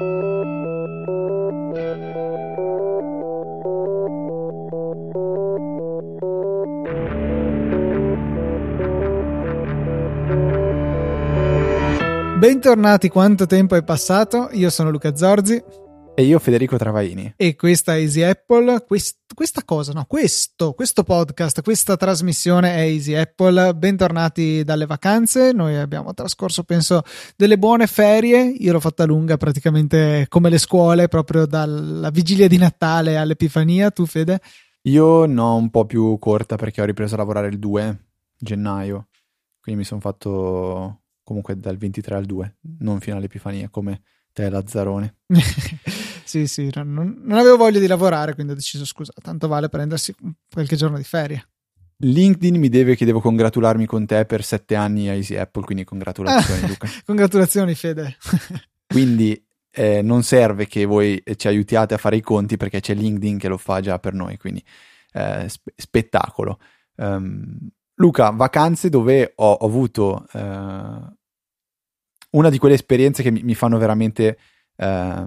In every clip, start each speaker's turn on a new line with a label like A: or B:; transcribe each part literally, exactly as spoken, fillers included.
A: Bentornati, quanto tempo è passato? Io sono Luca Zorzi.
B: E io Federico Travaini.
A: E questa è Easy Apple. Quest, questa cosa, no, questo, questo podcast, questa trasmissione è Easy Apple. Bentornati dalle vacanze. Noi abbiamo trascorso, penso, delle buone ferie. Io l'ho fatta lunga, praticamente come le scuole, proprio dalla vigilia di Natale all'Epifania. Tu, Fede?
B: Io no, un po' più corta, perché ho ripreso a lavorare il due gennaio. Quindi mi sono fatto comunque dal ventitré al due, non fino all'Epifania come te, Lazzarone.
A: Sì, sì, non, non avevo voglia di lavorare, quindi ho deciso, scusa, tanto vale prendersi qualche giorno di ferie.
B: LinkedIn mi deve che devo congratularmi con te per sette anni a Easy Apple, quindi congratulazioni, Luca.
A: Congratulazioni, Fede.
B: Quindi eh, non serve che voi ci aiutiate a fare i conti, perché c'è LinkedIn che lo fa già per noi, quindi eh, spe- spettacolo. Um, Luca, vacanze dove ho, ho avuto uh, una di quelle esperienze che mi, mi fanno veramente uh,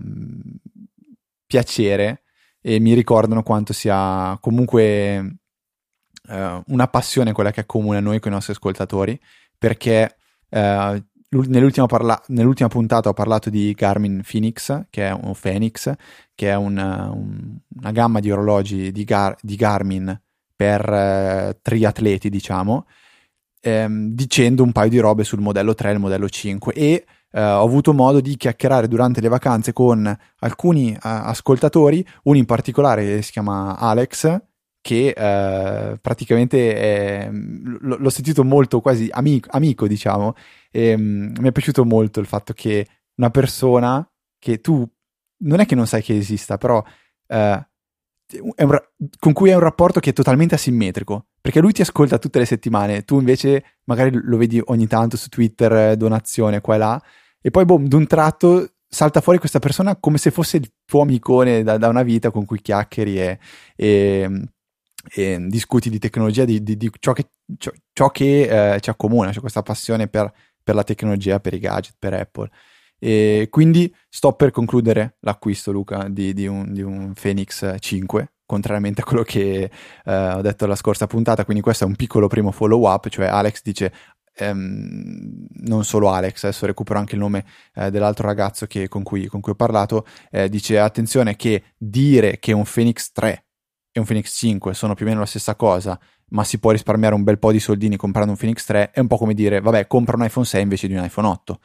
B: piacere e mi ricordano quanto sia comunque uh, una passione quella che accomuna noi con i nostri ascoltatori, perché uh, nell'ultima, parla- nell'ultima puntata ho parlato di Garmin Phoenix, che è un Phoenix, che è una, un, una gamma di orologi di, Gar- di Garmin per eh, triatleti, diciamo, ehm, dicendo un paio di robe sul modello tre e il modello cinque, e eh, ho avuto modo di chiacchierare durante le vacanze con alcuni eh, ascoltatori, uno in particolare si chiama Alex, che eh, praticamente è, l- l'ho sentito molto quasi amico, amico diciamo, e um, mi è piaciuto molto il fatto che una persona che tu non è che non sai che esista, però eh, È un, con cui è un rapporto che è totalmente asimmetrico, perché lui ti ascolta tutte le settimane, tu invece magari lo vedi ogni tanto su Twitter, donazione qua e là, e poi boh, d'un tratto salta fuori questa persona come se fosse il tuo amicone da, da una vita, con cui chiacchieri e, e, e discuti di tecnologia, di, di, di ciò che, ciò, ciò che eh, ci accomuna, cioè questa passione per, per la tecnologia, per i gadget, per Apple. E quindi sto per concludere l'acquisto, Luca, di, di, un, di un Phoenix cinque, contrariamente a quello che eh, ho detto alla scorsa puntata. Quindi questo è un piccolo primo follow up, cioè Alex dice, ehm, non solo Alex, adesso recupero anche il nome eh, dell'altro ragazzo che, con, cui, con cui ho parlato, eh, dice attenzione che dire che un Phoenix tre e un Phoenix cinque sono più o meno la stessa cosa, ma si può risparmiare un bel po' di soldini comprando un Phoenix tre, è un po' come dire vabbè, compra un iPhone sei invece di un iPhone otto.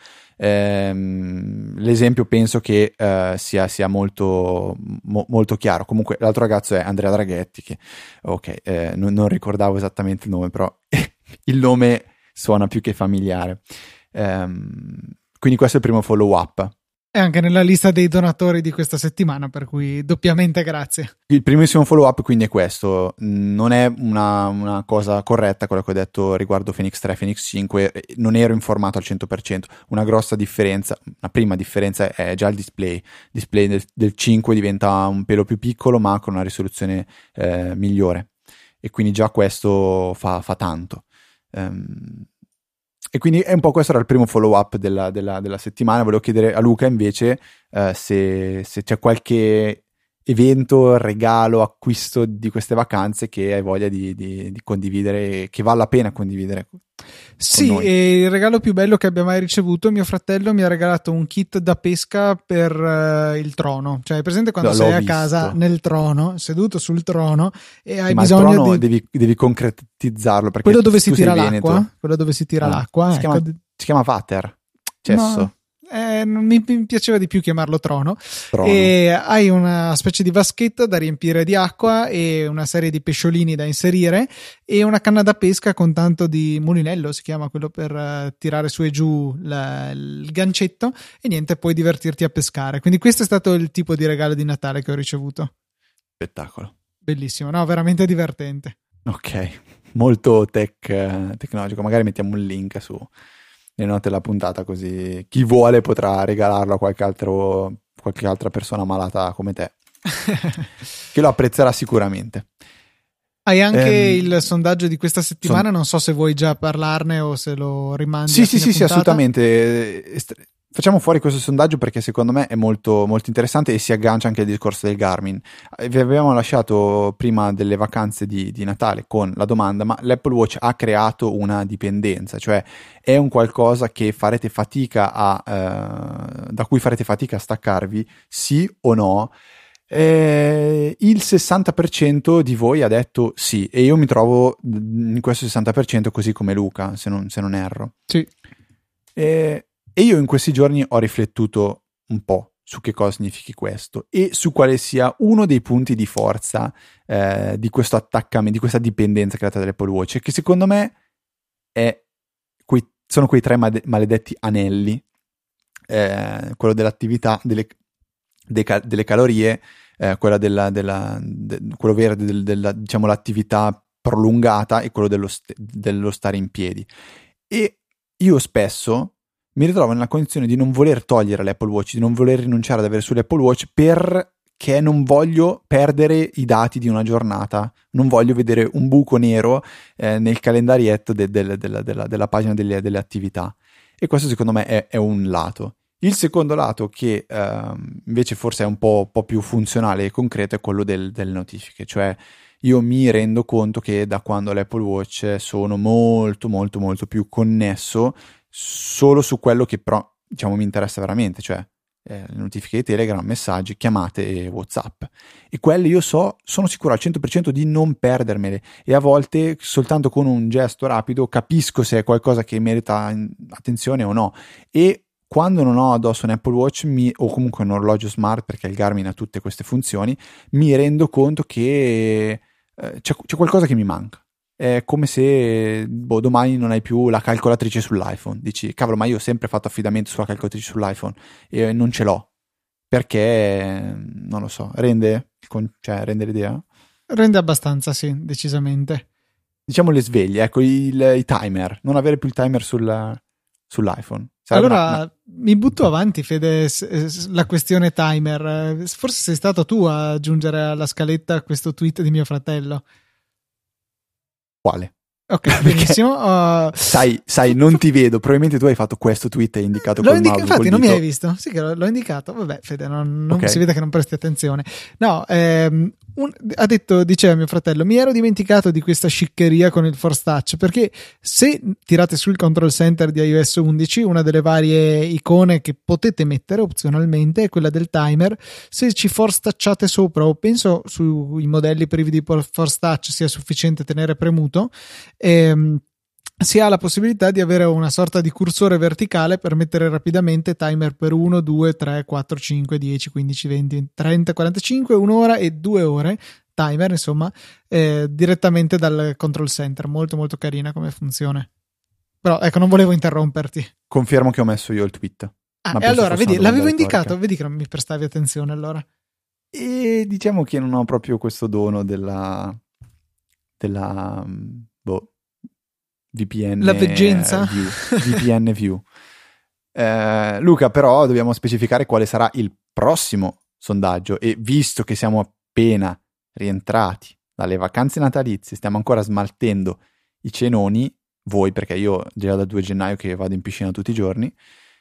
B: Ehm, l'esempio penso che eh, sia, sia molto, mo, molto chiaro. Comunque l'altro ragazzo è Andrea Draghetti, che ok, eh, non, non ricordavo esattamente il nome, però il nome suona più che familiare. Ehm, quindi questo è il primo follow up.
A: È anche nella lista dei donatori di questa settimana, per cui doppiamente grazie.
B: Il primissimo follow up quindi è questo. Non è una, una cosa corretta quello che ho detto riguardo Phoenix tre e Phoenix cinque, non ero informato al cento per cento. Una grossa differenza, una prima differenza è già il display. Il display del, del cinque diventa un pelo più piccolo ma con una risoluzione eh, migliore, e quindi già questo fa, fa tanto. Um, E quindi è un po' questo era il primo follow up della, della, della settimana. Volevo chiedere a Luca invece uh, se, se c'è qualche evento, regalo, acquisto di queste vacanze che hai voglia di, di, di condividere, che vale la pena condividere.
A: Sì, e il regalo più bello che abbia mai ricevuto, mio fratello mi ha regalato un kit da pesca per uh, il trono. Cioè, hai presente quando
B: L-
A: sei a
B: visto.
A: casa nel trono, seduto sul trono, e hai
B: sì, ma
A: bisogno
B: il trono
A: di...
B: devi, devi concretizzarlo, perché
A: quello dove si tira
B: l'acqua,
A: l'acqua, quello dove si tira
B: ah,
A: l'acqua,
B: si,
A: ecco.
B: chiama, si chiama Vater, cesso.
A: No. Eh, mi, mi piaceva di più chiamarlo trono.
B: trono.
A: E hai una specie di vaschetta da riempire di acqua e una serie di pesciolini da inserire e una canna da pesca con tanto di mulinello, si chiama quello per uh, tirare su e giù la, il gancetto, e niente, puoi divertirti a pescare. Quindi questo è stato il tipo di regalo di Natale che ho ricevuto.
B: Spettacolo.
A: Bellissimo, no? Veramente divertente.
B: Ok, molto tech, tecnologico. Magari mettiamo un link su le note della puntata, così chi vuole potrà regalarlo a qualche altro qualche altra persona malata come te che lo apprezzerà sicuramente.
A: Hai anche
B: ehm,
A: il sondaggio di questa settimana,
B: son...
A: non so se vuoi già parlarne o se lo rimandi
B: sì
A: a
B: sì
A: fine
B: sì, sì
A: puntata.
B: assolutamente. facciamo fuori questo sondaggio perché secondo me è molto, molto interessante e si aggancia anche al discorso del Garmin. Vi avevamo lasciato prima delle vacanze di, di Natale con la domanda: ma l'Apple Watch ha creato una dipendenza? Cioè è un qualcosa che farete fatica a eh, da cui farete fatica a staccarvi, sì o no? Eh, il sessanta per cento di voi ha detto sì, e io mi trovo in questo sessanta per cento così come Luca, se non, se non erro.
A: Sì.
B: Eh, E io in questi giorni ho riflettuto un po' su che cosa significhi questo e su quale sia uno dei punti di forza eh, di questo attaccamento, di questa dipendenza creata dall'Apple Watch, che secondo me è quei, sono quei tre maledetti anelli, eh, quello dell'attività, delle, de, delle calorie, eh, quella della, della, de, quello verde, del, della, diciamo l'attività prolungata e quello dello, st- dello stare in piedi. E io spesso mi ritrovo nella condizione di non voler togliere l'Apple Watch, di non voler rinunciare ad avere sull'Apple Watch perché non voglio perdere i dati di una giornata, non voglio vedere un buco nero eh, nel calendarietto de- de- de- de- della pagina delle, delle attività. E questo secondo me è, è un lato. Il secondo lato, che eh, invece forse è un po', po' più funzionale e concreto, è quello del, delle notifiche. Cioè io mi rendo conto che da quando ho l'Apple Watch sono molto molto molto più connesso solo su quello che però diciamo mi interessa veramente, cioè eh, le notifiche di Telegram, messaggi, chiamate e WhatsApp, e quelle io so, sono sicuro al cento per cento di non perdermele, e a volte soltanto con un gesto rapido capisco se è qualcosa che merita attenzione o no. E quando non ho addosso un Apple Watch mi, o comunque un orologio smart, perché il Garmin ha tutte queste funzioni, mi rendo conto che eh, c'è, c'è qualcosa che mi manca. È come se boh, domani non hai più la calcolatrice sull'iPhone. Dici, cavolo, ma io ho sempre fatto affidamento sulla calcolatrice sull'iPhone e non ce l'ho. Perché, non lo so, rende, cioè, rende l'idea?
A: Rende abbastanza, sì, decisamente.
B: Diciamo le sveglie, ecco, il, i timer. Non avere più il timer sul, sull'iPhone. Sarebbe
A: allora,
B: una, una...
A: mi butto avanti, Fede, la questione timer. Forse sei stato tu a aggiungere alla scaletta questo tweet di mio fratello.
B: Quale?
A: Ok, benissimo. Uh,
B: sai, sai, non ti vedo. Probabilmente tu hai fatto questo tweet e indicato
A: l'ho
B: col
A: indica-
B: mouse.
A: Infatti,
B: col
A: non
B: dito.
A: mi hai visto? Sì, che l'ho indicato. Vabbè, Fede, non, non
B: Okay.
A: si vede che non presti attenzione. No, ehm, un, ha detto, diceva mio fratello, mi ero dimenticato di questa sciccheria con il Force Touch, perché se tirate sul control center di iOS undici, una delle varie icone che potete mettere opzionalmente è quella del timer. Se ci force touchate sopra, o penso sui modelli privi di Force Touch sia sufficiente tenere premuto, ehm, si ha la possibilità di avere una sorta di cursore verticale per mettere rapidamente timer per uno, due, tre, quattro, cinque, dieci, quindici, venti, trenta, quarantacinque, un'ora e due ore timer, insomma, eh, direttamente dal control center. Molto molto carina come funzione. Però ecco, non volevo interromperti.
B: Confermo che ho messo io il tweet.
A: Ah,
B: Ma
A: e allora, vedi, l'avevo
B: retorica.
A: indicato, vedi che non mi prestavi attenzione allora.
B: E diciamo che non ho proprio questo dono della della boh V P N
A: La veggenza?
B: View, V P N View. Eh, Luca, però dobbiamo specificare quale sarà il prossimo sondaggio, e visto che siamo appena rientrati dalle vacanze natalizie, stiamo ancora smaltendo i cenoni, voi, perché io già dal due gennaio che vado in piscina tutti i giorni,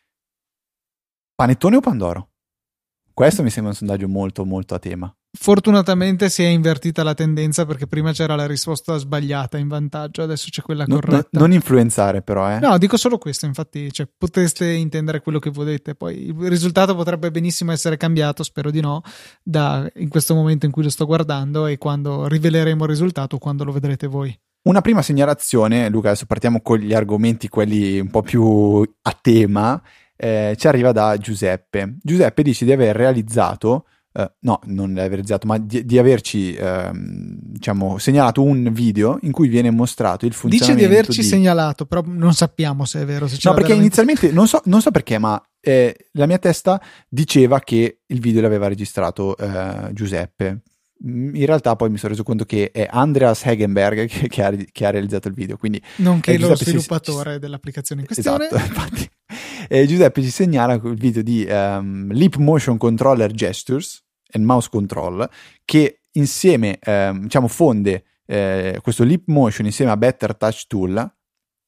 B: panettone o pandoro? Questo mi sembra un sondaggio molto molto a tema.
A: Fortunatamente si è invertita la tendenza, perché prima c'era la risposta sbagliata in vantaggio, adesso c'è quella
B: No,
A: corretta.
B: no, non influenzare però, eh.
A: No, dico solo questo, infatti, cioè, poteste intendere quello che volete, poi il risultato potrebbe benissimo essere cambiato, spero di no, da in questo momento in cui lo sto guardando e quando riveleremo il risultato, quando lo vedrete voi. Una
B: prima segnalazione, Luca, adesso partiamo con gli argomenti quelli un po' più a tema. Eh, ci arriva da Giuseppe. Giuseppe dice di aver realizzato, eh, no, non di aver realizzato, ma di, di averci ehm, diciamo segnalato un video in cui viene mostrato il funzionamento.
A: Dice di averci
B: di...
A: segnalato, però non sappiamo se è vero. Se
B: no, perché
A: veramente...
B: inizialmente non so, non so perché, ma eh, la mia testa diceva che il video l'aveva registrato eh, Giuseppe. In realtà poi mi sono reso conto che è Andreas Hegenberg che, che, ha, che ha realizzato il video, quindi
A: nonché
B: eh,
A: lo
B: si,
A: sviluppatore
B: si,
A: dell'applicazione in questione.
B: Esatto, infatti. Eh, Giuseppe ci segnala il video di um, Leap Motion Controller Gestures and Mouse Control, che insieme eh, diciamo fonde eh, questo Leap Motion insieme a Better Touch Tool,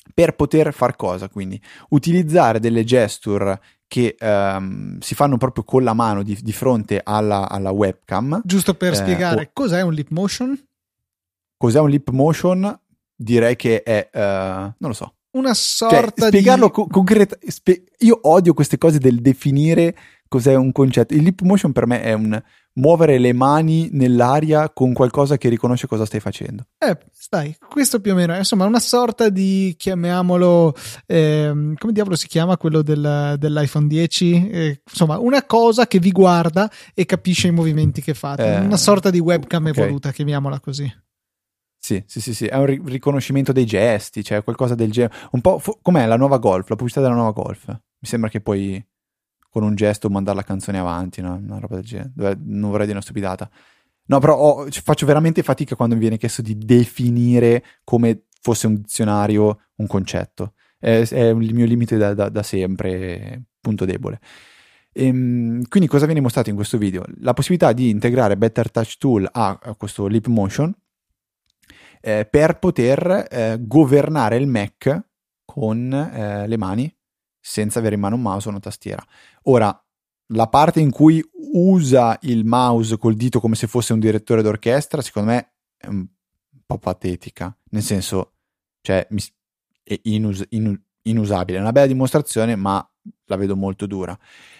B: per poter far cosa? Quindi utilizzare delle gesture che um, si fanno proprio con la mano di, di fronte alla, alla webcam.
A: Giusto per
B: eh,
A: spiegare,
B: o,
A: cos'è un lip motion?
B: Cos'è un lip motion? Direi che è, uh, non lo so.
A: Una sorta
B: cioè, spiegarlo
A: di...
B: co- concreta- spie- io odio queste cose del definire cos'è un concetto. Il lip motion per me è un muovere le mani nell'aria con qualcosa che riconosce cosa stai facendo.
A: Eh, dai, questo più o meno è insomma una sorta di, chiamiamolo, ehm, come diavolo si chiama quello del, dell'iPhone dieci? Eh, insomma, una cosa che vi guarda e capisce i movimenti che fate.
B: Eh,
A: una sorta di webcam
B: okay.
A: evoluta, chiamiamola così.
B: Sì, sì, sì, sì, è un ri- riconoscimento dei gesti, cioè qualcosa del genere. Un po' fu- com'è la nuova Golf, la pubblicità della nuova Golf. Mi sembra che poi con un gesto mandare la canzone avanti, no? Una roba del genere. Dove, non vorrei dire una stupidata. No, però ho, faccio veramente fatica quando mi viene chiesto di definire come fosse un dizionario un concetto. È, è il mio limite da, da, da sempre, punto debole. Ehm, quindi cosa viene mostrato in questo video? La possibilità di integrare Better Touch Tool a, a questo Lip Motion eh, per poter eh, governare il Mac con eh, le mani senza avere in mano un mouse o una tastiera. Ora, la parte in cui usa il mouse col dito come se fosse un direttore d'orchestra, secondo me è un po' patetica, nel senso, cioè, è inus- in- inusabile. È una bella dimostrazione, ma la vedo molto dura.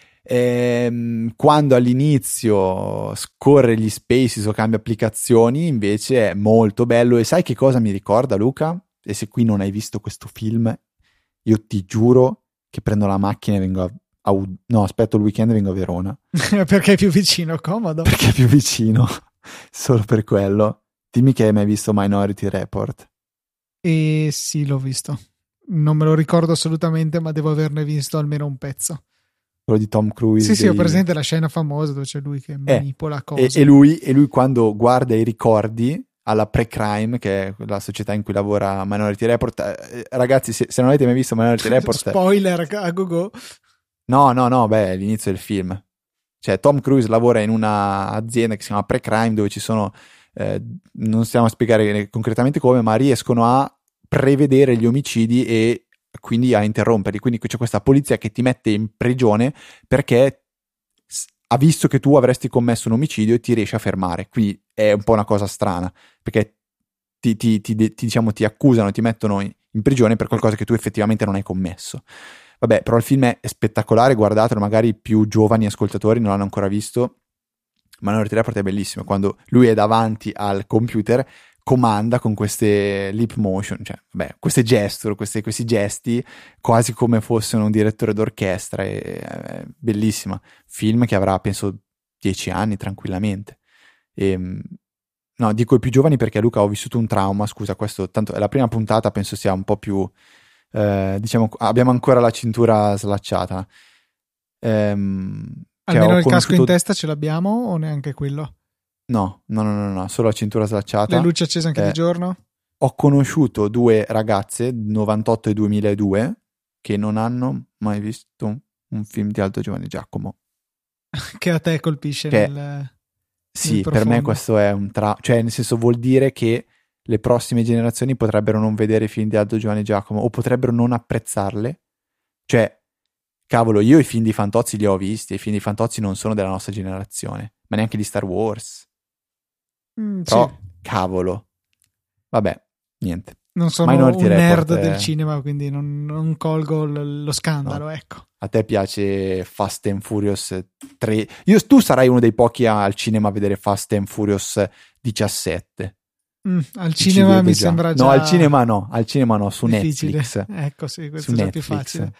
B: Ehm, quando all'inizio scorre gli spaces o cambia applicazioni, invece è molto bello. E sai che cosa mi ricorda, Luca? E se qui non hai visto questo film, io ti giuro che prendo la macchina e vengo a, a no, aspetto il weekend e vengo a Verona.
A: Perché è più vicino, comodo.
B: Perché è più vicino, solo per quello. Dimmi che hai mai visto Minority Report.
A: E sì, l'ho visto. Non me lo ricordo assolutamente, ma devo averne visto almeno un pezzo.
B: Quello di Tom Cruise.
A: Sì, sì,
B: dei...
A: ho presente la scena famosa dove c'è lui che manipola
B: eh,
A: cose.
B: E, e, lui, e lui quando guarda i ricordi alla Pre-Crime, che è la società in cui lavora Minority Report. Eh, ragazzi, se, se non avete mai visto Minority Report...
A: Spoiler a go-go.
B: No, no, no, beh, è l'inizio del film. Cioè, Tom Cruise lavora in una azienda che si chiama Pre-Crime, dove ci sono... Eh, non stiamo a spiegare concretamente come, ma riescono a prevedere gli omicidi e quindi a interromperli. Quindi c'è questa polizia che ti mette in prigione perché ha visto che tu avresti commesso un omicidio e ti riesce a fermare. Quindi è un po' una cosa strana, perché ti, ti, ti, ti, diciamo, ti accusano, ti mettono in, in prigione per qualcosa che tu effettivamente non hai commesso. Vabbè, però il film è spettacolare, guardatelo, magari i più giovani ascoltatori non l'hanno ancora visto. Minority Report è bellissimo, quando lui è davanti al computer, comanda con queste lip motion, cioè, beh, queste gesture, queste, questi gesti, quasi come fosse un direttore d'orchestra. È, è bellissima. Film che avrà, penso, dieci anni tranquillamente. E, no, dico i più giovani perché, Luca, ho vissuto un trauma, scusa, questo tanto è la prima puntata, penso sia un po' più, eh, diciamo, abbiamo ancora la cintura slacciata. Ehm,
A: Almeno il
B: conosciuto...
A: casco in testa ce l'abbiamo o neanche quello?
B: No, no, no, no, no, solo la cintura slacciata.
A: Le luci accese anche
B: eh,
A: di giorno?
B: Ho conosciuto due ragazze, novantotto e duemiladue, che non hanno mai visto un, un film di Aldo Giovanni Giacomo.
A: Che a te colpisce
B: che,
A: nel
B: Sì,
A: nel
B: per me questo è un tra... Cioè, nel senso, vuol dire che le prossime generazioni potrebbero non vedere i film di Aldo Giovanni Giacomo o potrebbero non apprezzarle. Cioè, cavolo, io i film di Fantozzi li ho visti, i film di Fantozzi non sono della nostra generazione, ma neanche di Star Wars.
A: Mm,
B: Però,
A: sì.
B: cavolo, vabbè, niente.
A: Non sono
B: Minority
A: un
B: Report
A: nerd
B: è...
A: del cinema, quindi non, non colgo l- lo scandalo,
B: no.
A: ecco.
B: A te piace Fast and Furious tre? Io, tu sarai uno dei pochi al cinema a vedere Fast and Furious diciassette.
A: Mm, al cinema mi
B: già.
A: sembra già...
B: No, al cinema no, al cinema no, su
A: difficile.
B: Netflix.
A: Ecco, sì, questo
B: su
A: è già
B: Netflix.
A: più facile.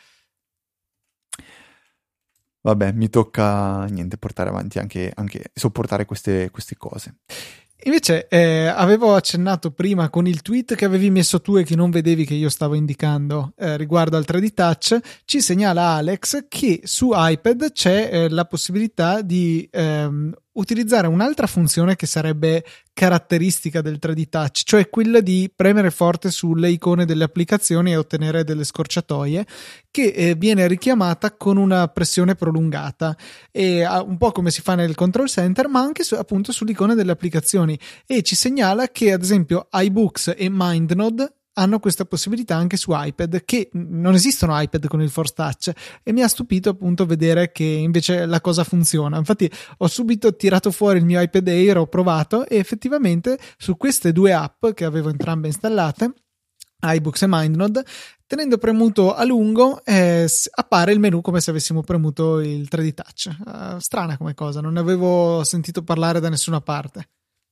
B: Vabbè, mi tocca niente portare avanti anche, anche sopportare queste, queste cose.
A: Invece eh, avevo accennato prima con il tweet che avevi messo tu e che non vedevi che io stavo indicando eh, riguardo al tre D Touch. Ci segnala Alex che su iPad c'è eh, la possibilità di ehm, utilizzare un'altra funzione che sarebbe caratteristica del tre D Touch, cioè quella di premere forte sulle icone delle applicazioni e ottenere delle scorciatoie, che eh, viene richiamata con una pressione prolungata, e uh, un po' come si fa nel control center, ma anche su, appunto sull'icona delle applicazioni. E ci segnala che ad esempio iBooks e MindNode hanno questa possibilità anche su iPad, che non esistono iPad con il Force Touch, e mi ha stupito appunto vedere che invece la cosa funziona. Infatti ho subito tirato fuori il mio iPad Air, ho provato e effettivamente su queste due app che avevo entrambe installate, iBooks e MindNode, tenendo premuto a lungo eh, appare il menu come se avessimo premuto il tre D Touch. Uh, strana come cosa, non ne avevo sentito parlare da nessuna parte.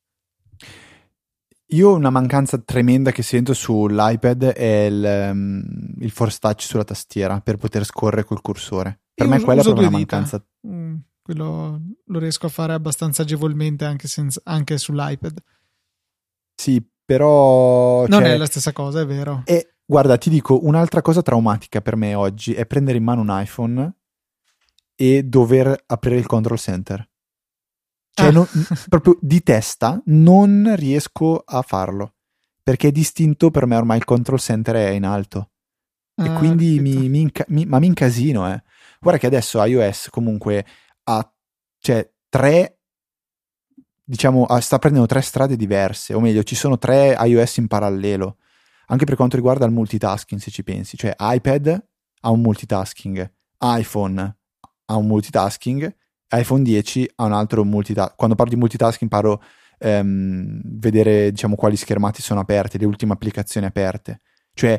B: Io una mancanza tremenda che sento sull'iPad è il, um, il Force Touch sulla tastiera per poter scorrere col cursore. Per
A: Io
B: me
A: uso,
B: quella è
A: uso
B: proprio una
A: due
B: mancanza.
A: Mm, quello lo riesco a fare abbastanza agevolmente anche, senza, anche sull'iPad.
B: Sì, però...
A: Non
B: cioè,
A: è la stessa cosa, è vero.
B: E guarda, ti dico, un'altra cosa traumatica per me oggi è prendere in mano un iPhone e dover aprire il control center. Cioè,
A: Ah.
B: non, proprio di testa non riesco a farlo, perché è distinto per me ormai il control center è in alto.
A: Ah,
B: e quindi
A: capito.
B: mi, mi, inca- mi, ma mi incasino, eh. Guarda che adesso iOS comunque ha, cioè, tre, diciamo, ha- sta prendendo tre strade diverse, o meglio, ci sono tre iOS in parallelo, anche per quanto riguarda il multitasking, se ci pensi. Cioè, iPad ha un multitasking, iPhone ha un multitasking, iPhone dieci ha un altro multitasking. Quando parlo di multitasking parlo ehm, vedere, diciamo, quali schermate sono aperte, le ultime applicazioni aperte. Cioè,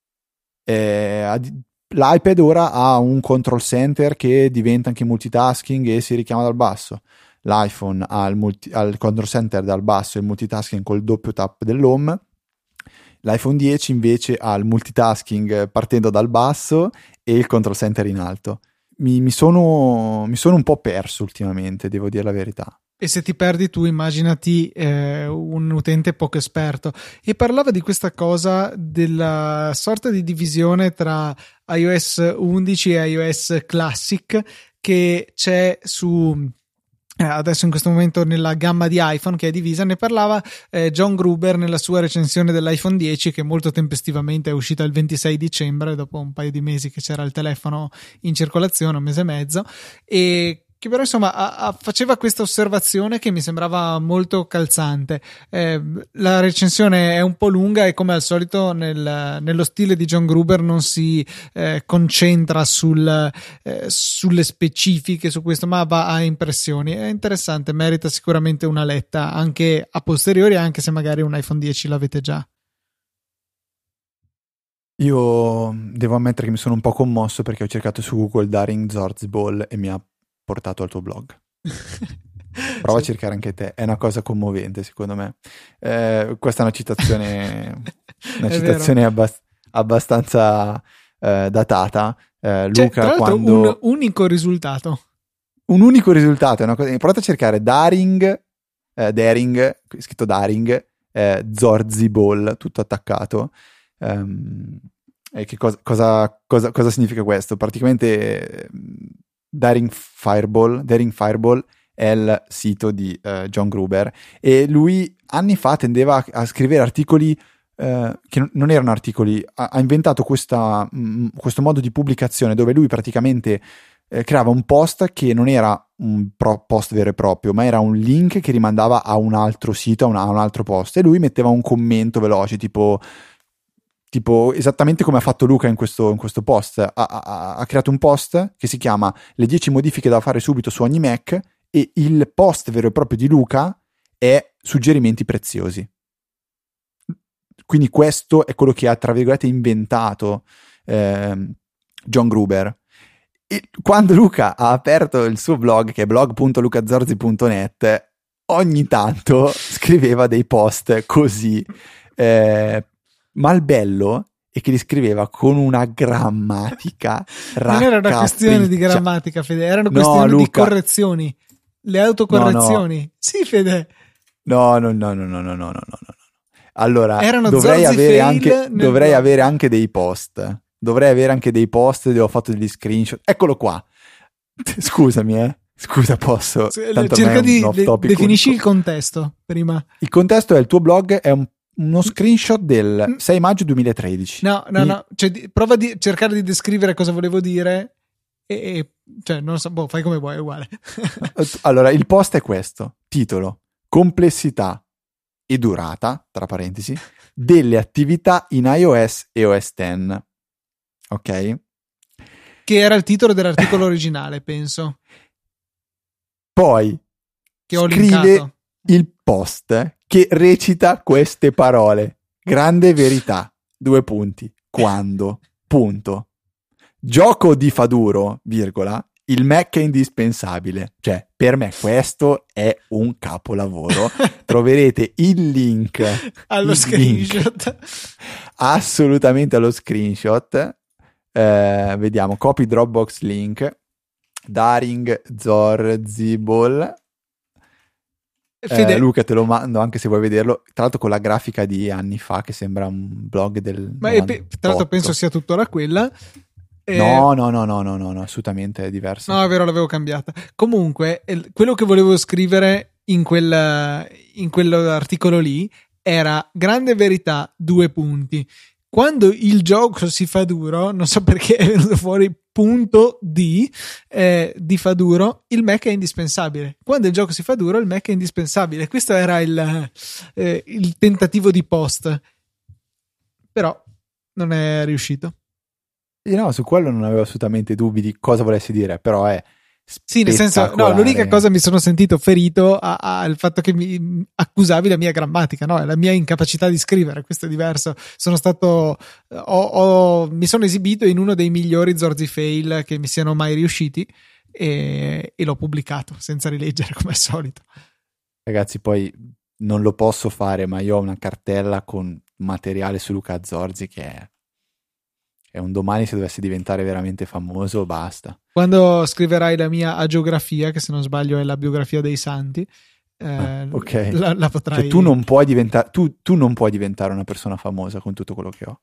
B: eh, l'iPad ora ha un control center che diventa anche multitasking e si richiama dal basso. L'iPhone ha il, multi, ha il control center dal basso e il multitasking col doppio tap dell'home. L'iPhone dieci invece ha il multitasking partendo dal basso e il control center in alto. Mi, mi, sono, mi sono un po' perso ultimamente, devo dire la verità.
A: E se ti perdi tu, immaginati eh, un utente poco esperto. E parlava di questa cosa della sorta di divisione tra iOS undici e iOS Classic che c'è su... adesso in questo momento nella gamma di iPhone che è divisa. Ne parlava eh, John Gruber nella sua recensione dell'iPhone dieci, che molto tempestivamente è uscita il ventisei dicembre, dopo un paio di mesi che c'era il telefono in circolazione, un mese e mezzo, e che però insomma a, a, faceva questa osservazione che mi sembrava molto calzante. Eh, la recensione è un po' lunga e come al solito nel, nello stile di John Gruber non si eh, concentra sul, eh, sulle specifiche su questo, ma va a impressioni. È interessante, merita sicuramente una letta anche a posteriori, anche se magari un iPhone dieci l'avete già.
B: Io devo ammettere che mi sono un po' commosso perché ho cercato su Google Daring Zorzball e mi ha portato al tuo blog. Prova sì. a cercare anche te, è una cosa commovente secondo me. Eh, questa è una citazione una citazione abbast- abbastanza eh, datata. Eh,
A: cioè,
B: Luca,
A: tra l'altro
B: quando
A: un unico risultato
B: un unico risultato è una cosa. Provate a cercare Daring eh, Daring, scritto Daring eh, Zorzball, tutto attaccato. Um, e che cosa, cosa, cosa, cosa significa questo? Praticamente Daring Fireball, Daring Fireball è il sito di uh, John Gruber, e lui anni fa tendeva a, a scrivere articoli uh, che non erano articoli, ha, ha inventato questa, mh, questo modo di pubblicazione dove lui praticamente eh, creava un post che non era un pro- post vero e proprio, ma era un link che rimandava a un altro sito, a un, a un altro post, e lui metteva un commento veloce tipo tipo esattamente come ha fatto Luca in questo, in questo post. Ha, ha, ha creato un post che si chiama le dieci modifiche da fare subito su ogni Mac, e il post vero e proprio di Luca è suggerimenti preziosi. Quindi questo è quello che ha, tra virgolette, inventato eh, John Gruber. E quando Luca ha aperto il suo blog, che è blog punto lucazorzi punto net, ogni tanto scriveva dei post così eh, ma il bello è che li scriveva con una grammatica
A: non era una questione di grammatica, Fede, erano
B: no,
A: questioni
B: Luca.
A: di correzioni, le autocorrezioni.
B: No, no.
A: Sì, Fede.
B: No, no, no, no, no, no, no, no, no. Allora,
A: erano
B: dovrei avere anche
A: nel
B: dovrei
A: blog.
B: avere anche dei post. Dovrei avere anche dei post dove ho fatto degli screenshot. Eccolo qua. Scusami, eh. Scusa, posso. Tanto
A: cerca di
B: de-
A: definisci
B: unico.
A: il contesto prima.
B: Il contesto è il tuo blog è un uno screenshot del sei maggio duemilatredici.
A: No, no, Quindi... no. Cioè, prova a cercare di descrivere cosa volevo dire e, e cioè, non so, boh, fai come vuoi, è uguale.
B: Allora, il post è questo. Titolo: complessità. e durata, tra parentesi, delle attività in iOS e O S dieci. Ok?
A: Che era il titolo dell'articolo originale, penso.
B: Poi
A: che ho
B: scrive
A: linkato.
B: Il post che recita queste parole: grande verità, due punti, quando, punto. Gioco di Faduro, virgola, il Mac è indispensabile. Cioè, per me questo è un capolavoro. Troverete il link
A: allo
B: il
A: screenshot.
B: Link, assolutamente allo screenshot. Eh, vediamo, copy Dropbox link. Daring Zorzibol. Eh, Luca, te lo mando anche se vuoi vederlo. Tra l'altro con la grafica di anni fa che sembra un blog del
A: Ma è, tra l'altro penso sia tuttora quella.
B: Eh, no, no, no, no, no, no, no, assolutamente è diversa.
A: No, è vero, l'avevo cambiata. Comunque, quello che volevo scrivere in quel in quell'articolo lì era grande verità, due punti. Quando il gioco si fa duro, non so perché è venuto fuori punto D eh, di fa duro, il Mac è indispensabile. Quando il gioco si fa duro, il Mac è indispensabile. Questo era il, eh, il tentativo di post, però non è riuscito.
B: No, su quello non avevo assolutamente dubbi di cosa volessi dire, però è
A: sì, nel senso, no, l'unica cosa mi sono sentito ferito al fatto che mi accusavi la mia grammatica, no, la mia incapacità di scrivere. Questo è diverso. Sono stato ho, ho, mi sono esibito in uno dei migliori Zorzi fail che mi siano mai riusciti e, e l'ho pubblicato senza rileggere come al solito.
B: Ragazzi, poi non lo posso fare, ma io ho una cartella con materiale su Luca Zorzi che è e un domani se dovesse diventare veramente famoso basta.
A: Quando scriverai la mia agiografia, che se non sbaglio è la biografia dei santi, eh,
B: ah, ok,
A: la, la potrai.
B: Cioè, tu non puoi diventare tu, tu non puoi diventare una persona famosa con tutto quello che ho.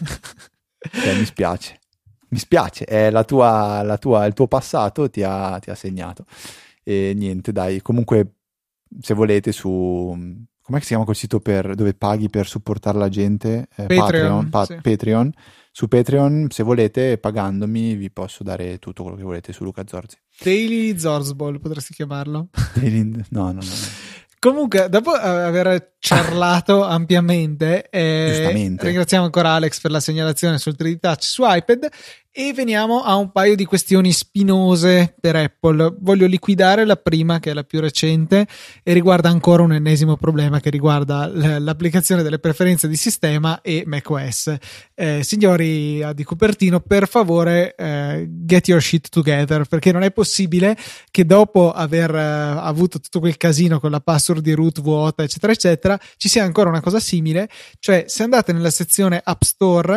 B: Cioè, mi spiace mi spiace è la tua, la tua il tuo passato ti ha, ti ha segnato e niente, dai, comunque se volete su com'è che si chiama quel sito per dove paghi per supportare la gente, eh,
A: Patreon,
B: Patreon, pa-
A: sì.
B: Patreon. Su Patreon, se volete, pagandomi, vi posso dare tutto quello che volete su Luca Zorzi.
A: Daily Zorzball, potresti chiamarlo?
B: Daily... No, no, no. no.
A: Comunque, dopo aver ciarlato ampiamente, eh, ringraziamo ancora Alex per la segnalazione sul tre D Touch su iPad e veniamo a un paio di questioni spinose per Apple. Voglio liquidare la prima, che è la più recente, e riguarda ancora un ennesimo problema che riguarda l'applicazione delle preferenze di sistema e macOS. Eh, signori di Cupertino, per favore, eh, get your shit together, perché non è possibile che dopo aver eh, avuto tutto quel casino con la password di root vuota, eccetera, eccetera, ci sia ancora una cosa simile. Cioè, se andate nella sezione App Store,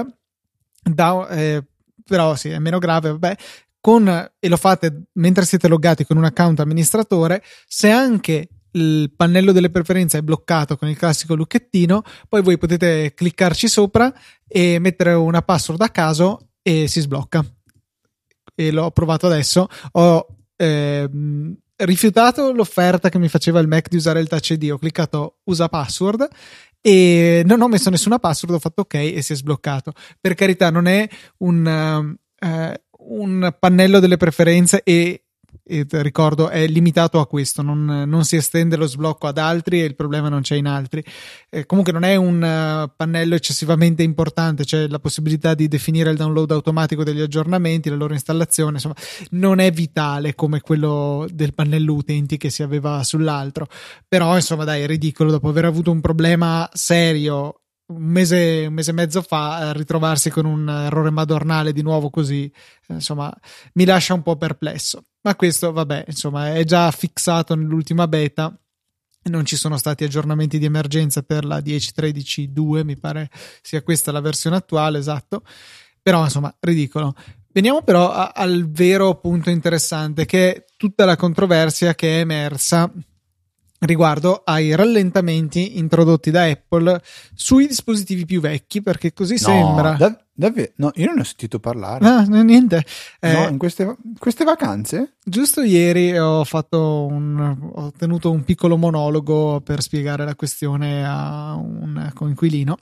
A: da, eh, però sì, è meno grave, vabbè, con, e lo fate mentre siete loggati con un account amministratore, se anche il pannello delle preferenze è bloccato con il classico lucchettino, poi voi potete cliccarci sopra e mettere una password a caso e si sblocca. E l'ho provato adesso, ho ehm, rifiutato l'offerta che mi faceva il Mac di usare il Touch I D, ho cliccato usa password e non ho messo nessuna password, ho fatto ok e si è sbloccato. Per carità, non è un, uh, un pannello delle preferenze e, e ricordo è limitato a questo, non, non si estende lo sblocco ad altri e il problema non c'è in altri. Eh, comunque non è un uh, pannello eccessivamente importante, c'è la possibilità di definire il download automatico degli aggiornamenti, la loro installazione, insomma non è vitale come quello del pannello utenti che si aveva sull'altro, però insomma dai, è ridicolo dopo aver avuto un problema serio un mese, un mese e mezzo fa, ritrovarsi con un errore madornale di nuovo così, insomma mi lascia un po' perplesso. Ma questo, vabbè, insomma, è già fissato nell'ultima beta. Non ci sono stati aggiornamenti di emergenza per la dieci tredici due, mi pare sia questa la versione attuale, esatto. Però, insomma, ridicolo. Veniamo però a, al vero punto interessante, che è tutta la controversia che è emersa riguardo ai rallentamenti introdotti da Apple sui dispositivi più vecchi, perché così
B: no,
A: sembra
B: dav- davvero no, io non ne ho sentito parlare.
A: no, niente eh,
B: no, in queste, queste vacanze
A: giusto ieri ho fatto un ho tenuto un piccolo monologo per spiegare la questione a un coinquilino,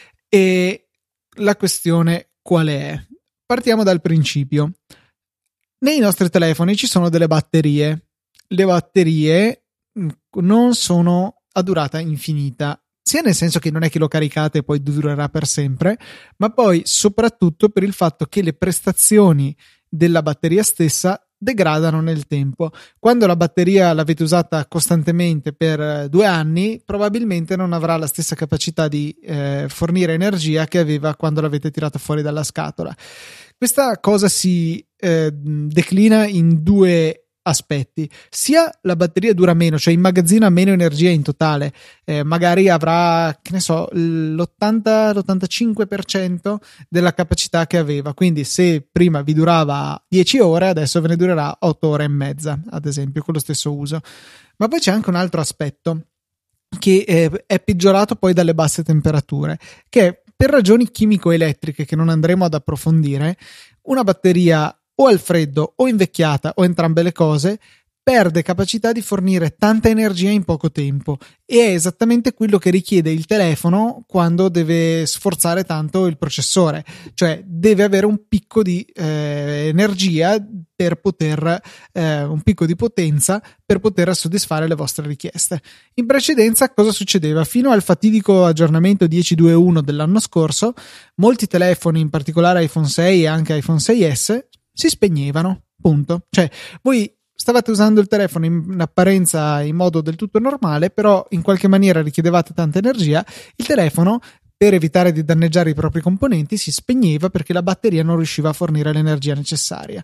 A: e la questione qual è? Partiamo dal principio. Nei nostri telefoni ci sono delle batterie. Le batterie non sono a durata infinita, sia nel senso che non è che lo caricate e poi durerà per sempre, ma poi soprattutto per il fatto che le prestazioni della batteria stessa degradano nel tempo. Quando la batteria l'avete usata costantemente per due anni, probabilmente non avrà la stessa capacità di eh, fornire energia che aveva quando l'avete tirata fuori dalla scatola. Questa cosa si eh, declina in due aspetti: sia la batteria dura meno, cioè immagazzina meno energia in totale, eh, magari avrà, che ne so, l'ottanta l'ottantacinque per cento della capacità che aveva, quindi se prima vi durava dieci ore, adesso ve ne durerà otto ore e mezza, ad esempio, con lo stesso uso. Ma poi c'è anche un altro aspetto che eh, è peggiorato poi dalle basse temperature, che per ragioni chimico-elettriche che non andremo ad approfondire, una batteria o al freddo o invecchiata o entrambe le cose perde capacità di fornire tanta energia in poco tempo, e è esattamente quello che richiede il telefono quando deve sforzare tanto il processore, cioè deve avere un picco di eh, energia per poter eh, un picco di potenza per poter soddisfare le vostre richieste. In precedenza cosa succedeva? Fino al fatidico aggiornamento dieci punto due punto uno dell'anno scorso, molti telefoni, in particolare iPhone sei e anche iPhone sei esse, si spegnevano, punto. Cioè voi stavate usando il telefono in apparenza in modo del tutto normale, però in qualche maniera richiedevate tanta energia, il telefono, per evitare di danneggiare i propri componenti, si spegneva perché la batteria non riusciva a fornire l'energia necessaria.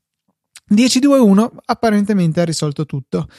A: dieci punto due punto uno apparentemente ha risolto tutto.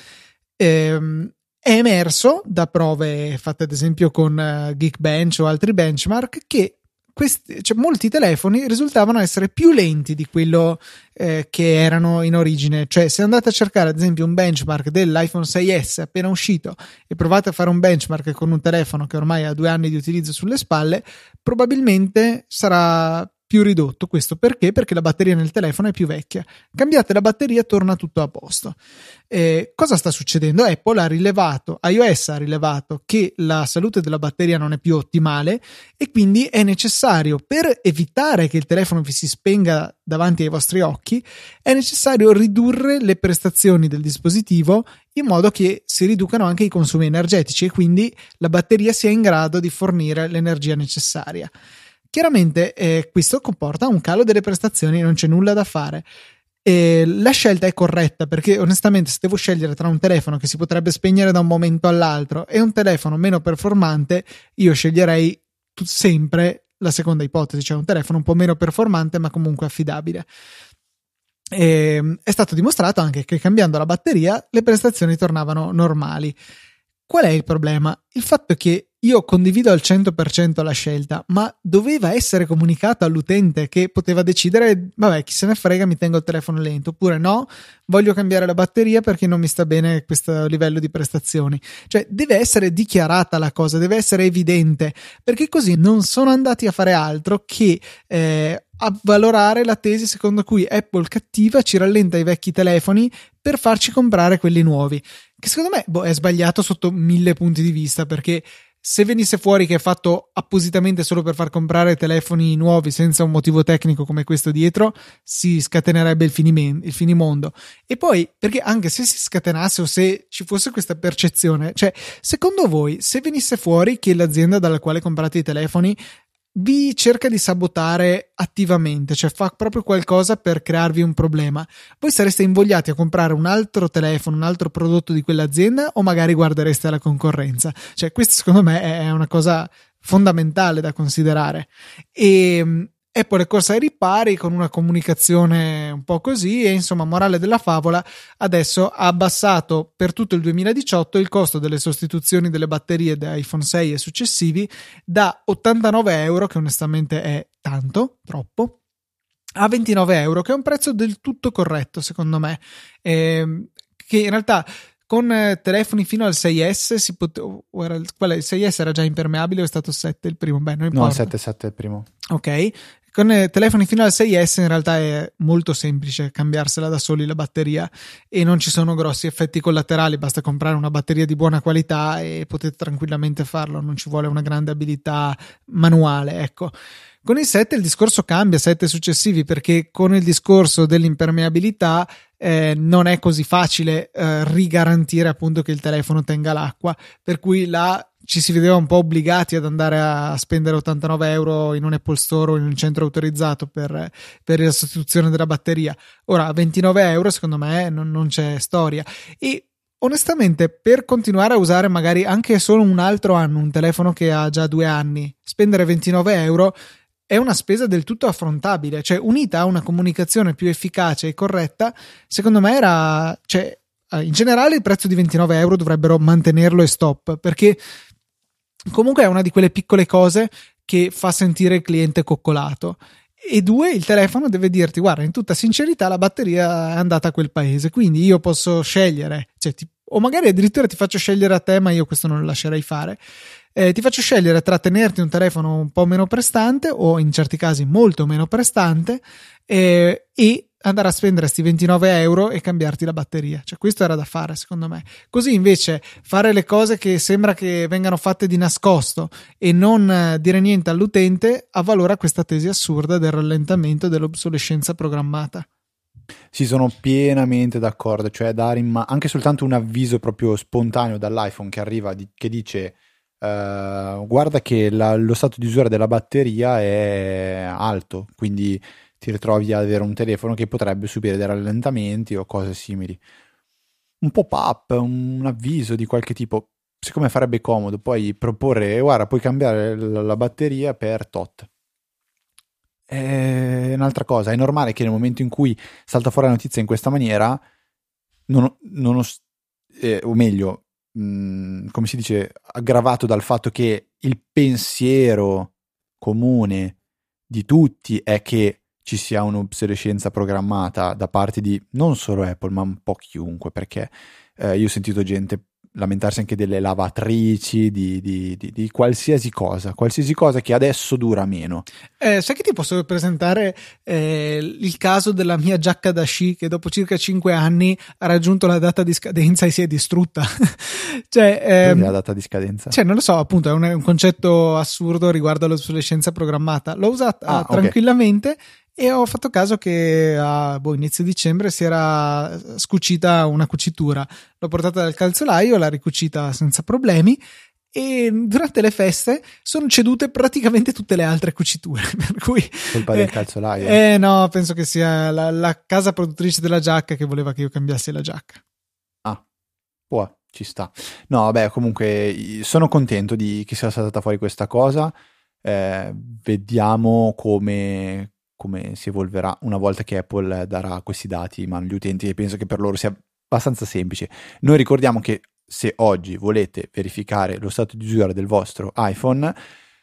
A: Ehm, è emerso da prove fatte ad esempio con uh, Geekbench o altri benchmark che Questi, cioè, molti telefoni risultavano essere più lenti di quello eh, che erano in origine. Cioè, se andate a cercare ad esempio un benchmark dell'iPhone sei esse appena uscito e provate a fare un benchmark con un telefono che ormai ha due anni di utilizzo sulle spalle, probabilmente sarà più ridotto. Questo perché? Perché la batteria nel telefono è più vecchia. Cambiate la batteria, torna tutto a posto. Eh, cosa sta succedendo? Apple ha rilevato, iOS ha rilevato che la salute della batteria non è più ottimale e quindi è necessario, per evitare che il telefono vi si spenga davanti ai vostri occhi, è necessario ridurre le prestazioni del dispositivo in modo che si riducano anche i consumi energetici e quindi la batteria sia in grado di fornire l'energia necessaria. Chiaramente eh, questo comporta un calo delle prestazioni, non c'è nulla da fare. E la scelta è corretta, perché onestamente se devo scegliere tra un telefono che si potrebbe spegnere da un momento all'altro e un telefono meno performante, io sceglierei t- sempre la seconda ipotesi, cioè un telefono un po' meno performante ma comunque affidabile. E, è stato dimostrato anche che cambiando la batteria le prestazioni tornavano normali. Qual è il problema? Il fatto è che io condivido al cento per cento la scelta, ma doveva essere comunicato all'utente che poteva decidere, vabbè, chi se ne frega, mi tengo il telefono lento, oppure no, voglio cambiare la batteria perché non mi sta bene questo livello di prestazioni. Cioè deve essere dichiarata la cosa, deve essere evidente, perché così non sono andati a fare altro che eh, avvalorare la tesi secondo cui Apple cattiva ci rallenta i vecchi telefoni per farci comprare quelli nuovi, che secondo me boh, è sbagliato sotto mille punti di vista, perché se venisse fuori che è fatto appositamente solo per far comprare telefoni nuovi senza un motivo tecnico come questo dietro, si scatenerebbe il, finime- il finimondo. E poi, perché anche se si scatenasse o se ci fosse questa percezione, cioè, secondo voi, se venisse fuori che l'azienda dalla quale comprate i telefoni vi cerca di sabotare attivamente, cioè fa proprio qualcosa per crearvi un problema, voi sareste invogliati a comprare un altro telefono, un altro prodotto di quell'azienda, o magari guardereste alla concorrenza? Cioè questo secondo me è una cosa fondamentale da considerare. E Apple è corsa ai ripari con una comunicazione un po' così e insomma, morale della favola, adesso ha abbassato per tutto il duemiladiciotto il costo delle sostituzioni delle batterie da iPhone sei e successivi da ottantanove euro, che onestamente è tanto, troppo, a ventinove euro, che è un prezzo del tutto corretto secondo me, eh, che in realtà con eh, telefoni fino al sei esse si poteva, il, il sei esse era già impermeabile o è stato sette il primo? Beh, non importa.
B: No, sette sette è il primo.
A: Ok, con eh, telefoni fino al sei esse in realtà è molto semplice cambiarsela da soli la batteria e non ci sono grossi effetti collaterali, basta comprare una batteria di buona qualità e potete tranquillamente farlo, non ci vuole una grande abilità manuale, ecco. Con il sette il discorso cambia, sette successivi, perché con il discorso dell'impermeabilità eh, non è così facile eh, rigarantire appunto che il telefono tenga l'acqua, per cui là ci si vedeva un po' obbligati ad andare a spendere ottantanove euro in un Apple Store o in un centro autorizzato per, per la sostituzione della batteria. Ora a ventinove euro secondo me non, non c'è storia. E onestamente, per continuare a usare magari anche solo un altro anno un telefono che ha già due anni, spendere ventinove euro è una spesa del tutto affrontabile, cioè unita a una comunicazione più efficace e corretta, secondo me era, cioè, in generale il prezzo di ventinove euro dovrebbero mantenerlo e stop, perché comunque è una di quelle piccole cose che fa sentire il cliente coccolato. E due, il telefono deve dirti: guarda, in tutta sincerità la batteria è andata a quel paese, quindi io posso scegliere, cioè, ti, o magari addirittura ti faccio scegliere a te, ma io questo non lo lascerei fare. Eh, ti faccio scegliere tra tenerti un telefono un po' meno prestante o in certi casi molto meno prestante eh, e andare a spendere sti ventinove euro e cambiarti la batteria. Cioè, questo era da fare secondo me. Così invece fare le cose che sembra che vengano fatte di nascosto e non eh, dire niente all'utente avvalora questa tesi assurda del rallentamento e dell'obsolescenza programmata.
B: Sì, sono pienamente d'accordo, cioè dare in ma- anche soltanto un avviso proprio spontaneo dall'iPhone che arriva di- che dice Uh, guarda che la, lo stato di usura della batteria è alto, quindi ti ritrovi ad avere un telefono che potrebbe subire dei rallentamenti o cose simili. Un pop-up, un avviso di qualche tipo, siccome farebbe comodo poi proporre: guarda, puoi cambiare la, la batteria per tot. È un'altra cosa, è normale che nel momento in cui salta fuori la notizia in questa maniera, non, non eh, o meglio, come si dice, aggravato dal fatto che il pensiero comune di tutti è che ci sia un'obsolescenza programmata da parte di non solo Apple ma un po' chiunque, perché eh, io ho sentito gente lamentarsi anche delle lavatrici, di, di, di, di qualsiasi cosa, qualsiasi cosa che adesso dura meno.
A: Eh, sai che ti posso presentare eh, il caso della mia giacca da sci che dopo circa cinque anni ha raggiunto la data di scadenza e si è distrutta. Cioè, ehm,
B: la data di scadenza?
A: Cioè, non lo so, appunto, è un, è un concetto assurdo riguardo all'obsolescenza programmata. L'ho usata
B: ah,
A: tranquillamente okay. E ho fatto caso che a boh, inizio dicembre si era scucita una cucitura. L'ho portata dal calzolaio, l'ha ricucita senza problemi e durante le feste sono cedute praticamente tutte le altre cuciture. Per cui,
B: colpa
A: eh,
B: del calzolaio?
A: Eh no, penso che sia la, la casa produttrice della giacca che voleva che io cambiassi la giacca.
B: Ah, può, ci sta. No, vabbè, comunque sono contento di che sia stata fuori questa cosa. Eh, vediamo come... come si evolverà una volta che Apple darà questi dati in mano agli utenti, e penso che per loro sia abbastanza semplice. Noi ricordiamo che se oggi volete verificare lo stato di usura del vostro iPhone,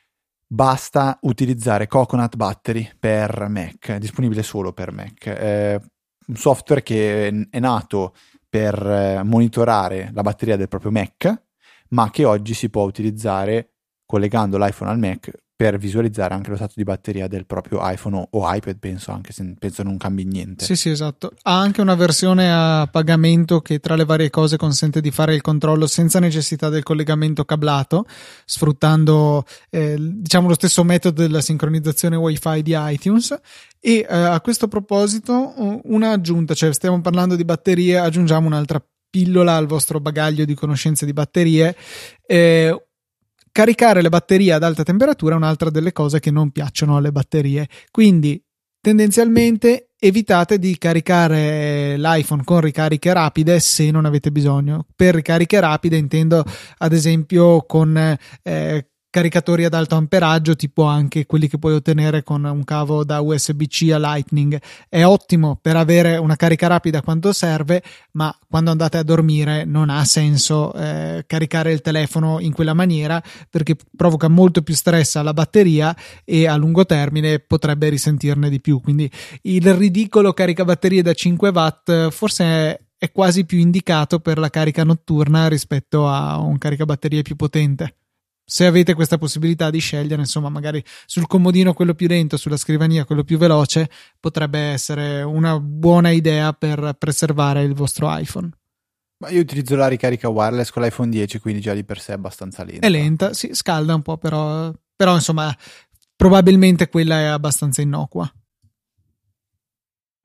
B: basta utilizzare Coconut Battery per Mac, è disponibile solo per Mac. È un software che è nato per monitorare la batteria del proprio Mac, ma che oggi si può utilizzare collegando l'iPhone al Mac per visualizzare anche lo stato di batteria del proprio iPhone o iPad, penso, anche se penso non cambi niente.
A: Sì, sì, esatto. Ha anche una versione a pagamento che tra le varie cose consente di fare il controllo senza necessità del collegamento cablato, sfruttando eh, diciamo lo stesso metodo della sincronizzazione Wi-Fi di iTunes. E eh, a questo proposito una aggiunta, cioè stiamo parlando di batterie, aggiungiamo un'altra pillola al vostro bagaglio di conoscenze di batterie. Eh, Caricare le batterie ad alta temperatura è un'altra delle cose che non piacciono alle batterie, quindi tendenzialmente evitate di caricare l'iPhone con ricariche rapide se non avete bisogno. Per ricariche rapide intendo ad esempio con eh, caricatori ad alto amperaggio, tipo anche quelli che puoi ottenere con un cavo da U S B C a Lightning. È ottimo per avere una carica rapida quando serve, ma quando andate a dormire non ha senso eh, caricare il telefono in quella maniera, perché provoca molto più stress alla batteria e a lungo termine potrebbe risentirne di più. Quindi il ridicolo caricabatterie da cinque watt forse è, è quasi più indicato per la carica notturna rispetto a un caricabatterie più potente. Se avete questa possibilità di scegliere, insomma, magari sul comodino quello più lento, sulla scrivania quello più veloce, potrebbe essere una buona idea per preservare il vostro iPhone.
B: Ma io utilizzo la ricarica wireless con l'iPhone dieci, quindi già di per sé è abbastanza lenta.
A: È lenta, si scalda un po', però, però insomma, probabilmente quella è abbastanza innocua.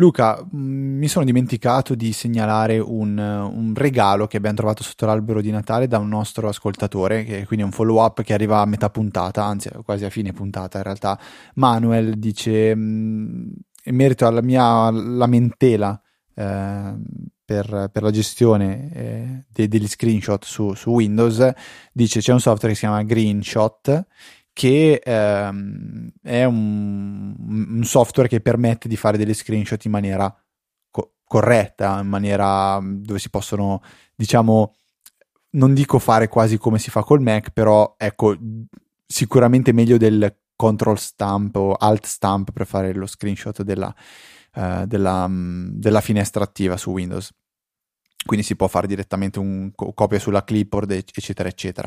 B: Luca, mh, mi sono dimenticato di segnalare un, un regalo che abbiamo trovato sotto l'albero di Natale da un nostro ascoltatore, che quindi è un follow up che arriva a metà puntata, anzi quasi a fine puntata in realtà. Manuel dice, mh, in merito alla mia lamentela eh, per, per la gestione eh, de, degli screenshot su, su Windows, dice c'è un software che si chiama Greenshot, che ehm, è un, un software che permette di fare degli screenshot in maniera co- corretta, in maniera dove si possono, diciamo, non dico fare quasi come si fa col Mac, però ecco, sicuramente meglio del control stamp o alt stamp per fare lo screenshot della, uh, della, um, della finestra attiva su Windows. Quindi si può fare direttamente un co- copia sulla clipboard, eccetera, eccetera.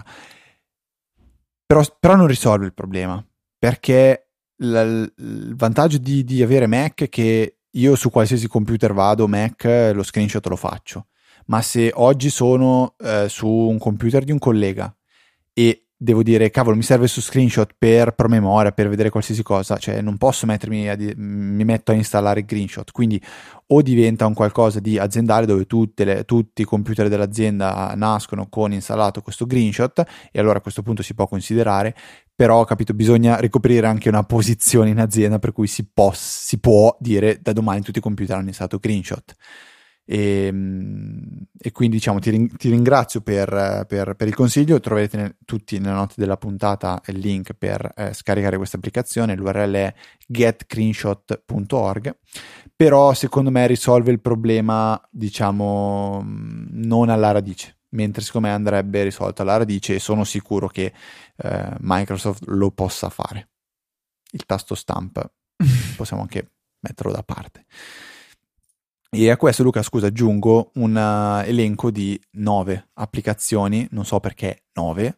B: Però, però non risolve il problema, perché l- il vantaggio di, di avere Mac è che io su qualsiasi computer vado, Mac, lo screenshot lo faccio. Ma se oggi sono eh, su un computer di un collega e devo dire, cavolo, mi serve su screenshot per promemoria, per vedere qualsiasi cosa, cioè non posso mettermi a di- mi metto a installare Greenshot, quindi o diventa un qualcosa di aziendale dove tutte le, tutti i computer dell'azienda nascono con installato questo Greenshot, e allora a questo punto si può considerare, però capito, bisogna ricoprire anche una posizione in azienda per cui si, pos- si può dire da domani tutti i computer hanno installato Greenshot. E, e quindi diciamo ti, ring- ti ringrazio per, per, per il consiglio. Troverete ne- tutti nelle note della puntata il link per eh, scaricare questa applicazione. L'U R L è get screenshot punto org, però secondo me risolve il problema, diciamo, non alla radice, mentre secondo me andrebbe risolto alla radice, e sono sicuro che eh, Microsoft lo possa fare. Il tasto stamp possiamo anche metterlo da parte. E a questo, Luca, scusa, aggiungo un uh, elenco di nove applicazioni, non so perché nove,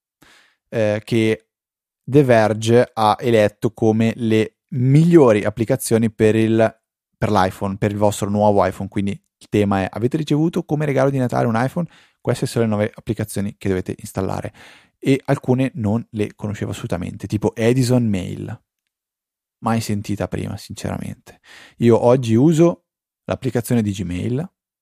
B: eh, che The Verge ha eletto come le migliori applicazioni per, il, per l'iPhone, per il vostro nuovo iPhone. Quindi il tema è: avete ricevuto come regalo di Natale un iPhone? Queste sono le nove applicazioni che dovete installare. E alcune non le conoscevo assolutamente, tipo Edison Mail. Mai sentita prima, sinceramente. Io oggi uso l'applicazione di Gmail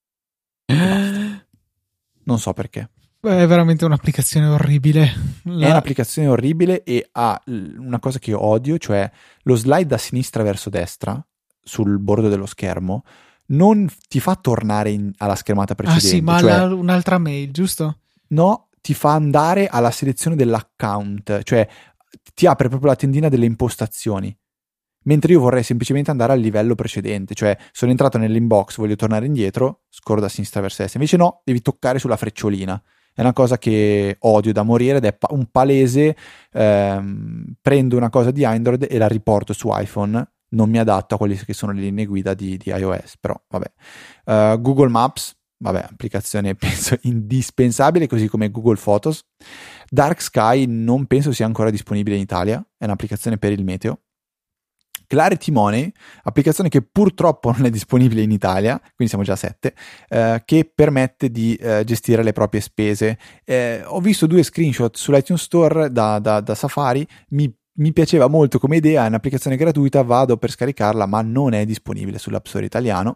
B: e basta. Non so perché.
A: Beh, è veramente un'applicazione orribile. La...
B: È un'applicazione orribile e ha una cosa che io odio, cioè lo slide da sinistra verso destra sul bordo dello schermo non ti fa tornare in, alla schermata precedente.
A: Ah sì, ma
B: cioè,
A: la, un'altra mail, giusto?
B: No, ti fa andare alla selezione dell'account, cioè ti apre proprio la tendina delle impostazioni. Mentre io vorrei semplicemente andare al livello precedente, cioè sono entrato nell'inbox, voglio tornare indietro, scorro da sinistra verso destra. Invece no, devi toccare sulla frecciolina. È una cosa che odio da morire ed è pa- un palese ehm, prendo una cosa di Android e la riporto su iPhone. Non mi adatto a quelle che sono le linee guida di, di iOS, però vabbè. Uh, Google Maps, vabbè, applicazione penso indispensabile, così come Google Photos. Dark Sky non penso sia ancora disponibile in Italia, è un'applicazione per il meteo. Clarity Money, applicazione che purtroppo non è disponibile in Italia, quindi siamo già a sette, eh, che permette di eh, gestire le proprie spese. Eh, ho visto due screenshot sull'iTunes Store da, da, da Safari, mi, mi piaceva molto come idea, è un'applicazione gratuita, vado per scaricarla, ma non è disponibile sull'App Store italiano.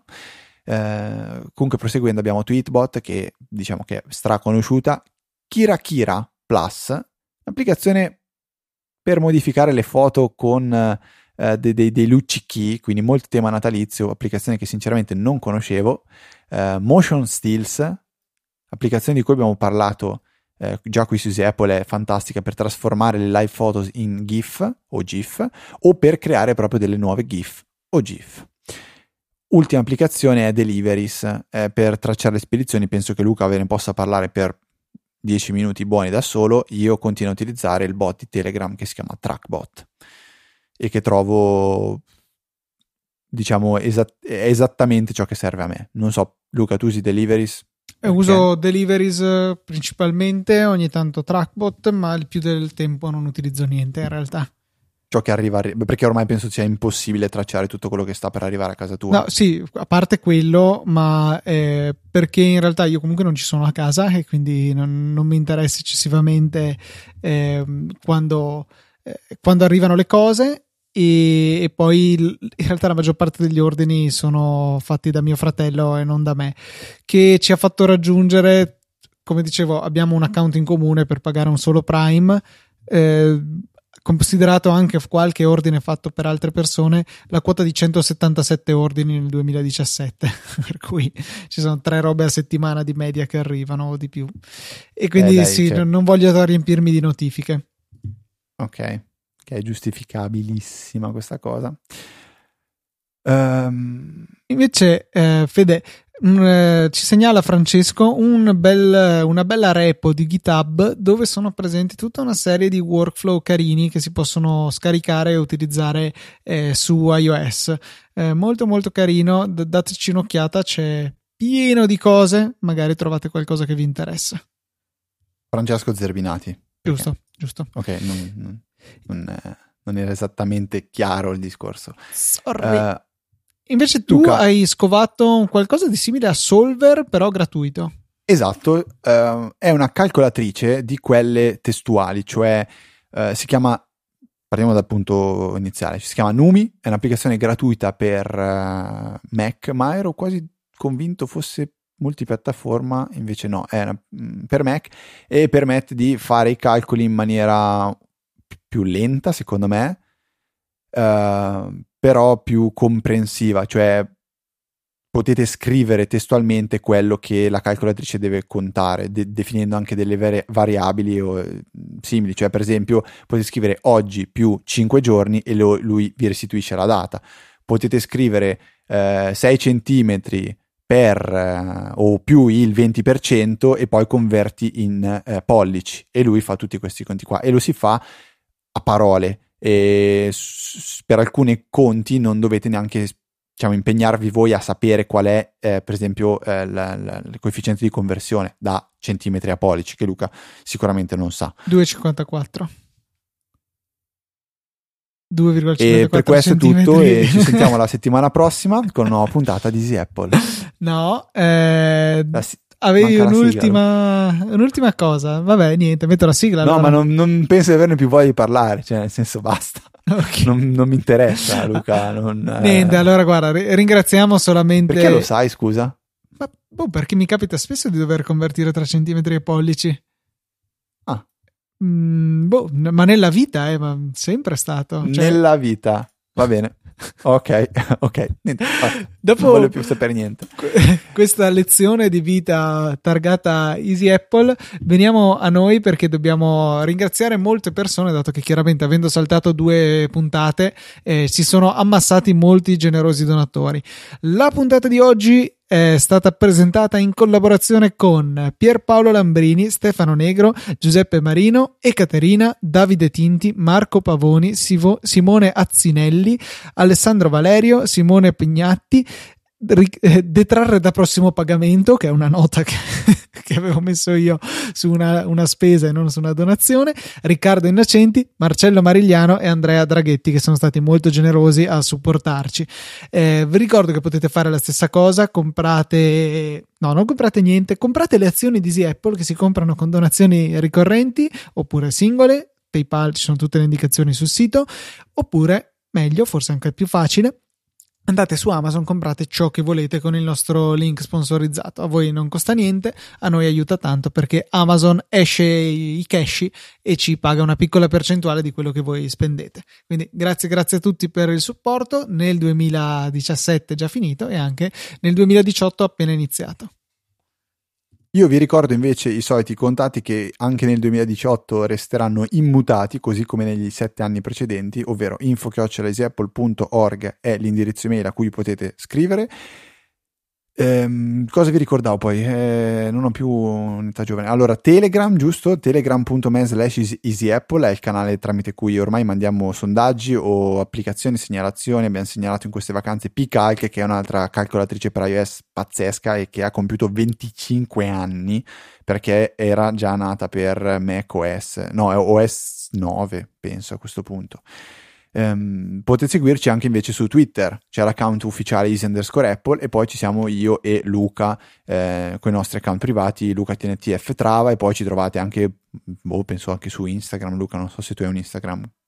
B: Eh, comunque proseguendo abbiamo Tweetbot, che diciamo che è straconosciuta, Kira Kira Plus, un'applicazione per modificare le foto con Uh, dei, dei, dei luccichi, quindi molto tema natalizio, applicazione che sinceramente non conoscevo. uh, Motion Stills, applicazione di cui abbiamo parlato uh, già qui su Easy Apple, è fantastica per trasformare le live photos in GIF o GIF, o per creare proprio delle nuove GIF o GIF. Ultima applicazione è Deliveries, eh, per tracciare le spedizioni. Penso che Luca ve ne possa parlare per dieci minuti buoni da solo. Io continuo a utilizzare il bot di Telegram che si chiama Trackbot e che trovo, diciamo, esat- esattamente ciò che serve a me. Non so, Luca, tu usi Deliveries?
A: Eh, uso Deliveries principalmente, ogni tanto Trackbot, ma il più del tempo non utilizzo niente in realtà.
B: Ciò che arriva, perché ormai penso sia impossibile tracciare tutto quello che sta per arrivare a casa tua.
A: No, sì, a parte quello, ma eh, perché in realtà io comunque non ci sono a casa e quindi non, non mi interessa eccessivamente eh, quando, eh, quando arrivano le cose. e, e poi in realtà la maggior parte degli ordini sono fatti da mio fratello e non da me, che ci ha fatto raggiungere, come dicevo, abbiamo un account in comune per pagare un solo Prime, eh, considerato anche qualche ordine fatto per altre persone, la quota di centosettantasette ordini nel duemiladiciassette, per cui ci sono tre robe a settimana di media che arrivano o di più, e quindi eh dai, sì, cioè... non voglio riempirmi di notifiche.
B: Ok, che è giustificabilissima questa cosa. Um...
A: Invece eh, Fede, Mm, ci segnala Francesco un bel, una bella repo di GitHub dove sono presenti tutta una serie di workflow carini che si possono scaricare e utilizzare eh, su iOS. Eh, molto molto carino, D- dateci un'occhiata, c'è pieno di cose, magari trovate qualcosa che vi interessa.
B: Francesco Zerbinati.
A: Giusto, okay. giusto.
B: Ok, non, non, non, è, non era esattamente chiaro il discorso.
A: Sorry. Uh, Invece tu Luca, hai scovato qualcosa di simile a Solver, però gratuito.
B: Esatto, uh, è una calcolatrice di quelle testuali, cioè uh, si chiama, partiamo dal punto iniziale, si chiama Numi, è un'applicazione gratuita per uh, Mac, ma ero quasi convinto fosse multipiattaforma, invece no, è una, per Mac, e permette di fare i calcoli in maniera più lenta, secondo me, uh, però più comprensiva, cioè potete scrivere testualmente quello che la calcolatrice deve contare, de- definendo anche delle vere- variabili o eh, simili, cioè per esempio potete scrivere oggi più cinque giorni e lo- lui vi restituisce la data. Potete scrivere eh, sei centimetri per eh, o più il venti per cento e poi converti in eh, pollici, e lui fa tutti questi conti qua, e lo si fa a parole. E per alcuni conti non dovete neanche, diciamo, impegnarvi voi a sapere qual è eh, per esempio eh, la, la, il coefficiente di conversione da centimetri a pollici, che Luca sicuramente non sa.
A: due virgola cinquantaquattro due virgola cinquantaquattro
B: e per questo è tutto, e ci sentiamo la settimana prossima con una nuova puntata di Easy Apple.
A: No, eh... La, avevi un'ultima, sigla, un'ultima cosa. Vabbè, niente, metto la sigla.
B: No,
A: allora.
B: ma non, non penso di averne più voglia di parlare, cioè nel senso basta. Okay. Non, non mi interessa, Luca. Non,
A: niente, eh... allora guarda, ringraziamo solamente.
B: Perché lo sai, scusa?
A: Ma, boh, perché mi capita spesso di dover convertire tra centimetri e pollici.
B: Ah.
A: Mm, boh, ma nella vita, eh, ma sempre è stato.
B: Cioè... Nella vita, va bene. Ok, ok. Niente,
A: dopo
B: non voglio più sapere niente.
A: Questa lezione di vita targata Easy Apple, veniamo a noi perché dobbiamo ringraziare molte persone, dato che chiaramente avendo saltato due puntate eh, si sono ammassati molti generosi donatori. La puntata di oggi è stata presentata in collaborazione con Pierpaolo Lambrini, Stefano Negro, Giuseppe Marino, Ekaterina, Davide Tinti, Marco Pavoni, Sivo, Simone Azzinelli, Alessandro Valerio, Simone Pignatti. Detrarre da prossimo pagamento, che è una nota che, che avevo messo io su una, una spesa e non su una donazione, Riccardo Innocenti, Marcello Marigliano e Andrea Draghetti, che sono stati molto generosi a supportarci. Eh, vi ricordo che potete fare la stessa cosa, comprate no non comprate niente, comprate le azioni di Easy Apple che si comprano con donazioni ricorrenti oppure singole, PayPal, ci sono tutte le indicazioni sul sito, oppure meglio, forse anche più facile, andate su Amazon, comprate ciò che volete con il nostro link sponsorizzato. A voi non costa niente, a noi aiuta tanto perché Amazon esce i cash e ci paga una piccola percentuale di quello che voi spendete. Quindi grazie, grazie a tutti per il supporto nel duemiladiciassette già finito e anche nel duemiladiciotto appena iniziato.
B: Io vi ricordo invece i soliti contatti che anche nel duemiladiciotto resteranno immutati, così come negli sette anni precedenti, ovvero info chiocciola easy apple punto org è l'indirizzo email a cui potete scrivere. Ehm, cosa vi ricordavo poi? Eh, non ho più un'età giovane. Allora, Telegram, giusto? telegram punto me slash easyapple è il canale tramite cui ormai mandiamo sondaggi o applicazioni, segnalazioni. Abbiamo segnalato in queste vacanze Pcalc, che è un'altra calcolatrice per iOS pazzesca e che ha compiuto venticinque anni, perché era già nata per macOS, no, è O S nove penso a questo punto. Um, potete seguirci anche invece su Twitter, c'è l'account ufficiale easy underscore apple, e poi ci siamo io e Luca eh, con i nostri account privati, Luca T N T F Trava, e poi ci trovate anche, boh, penso anche su Instagram. Luca, non so se tu hai un Instagram.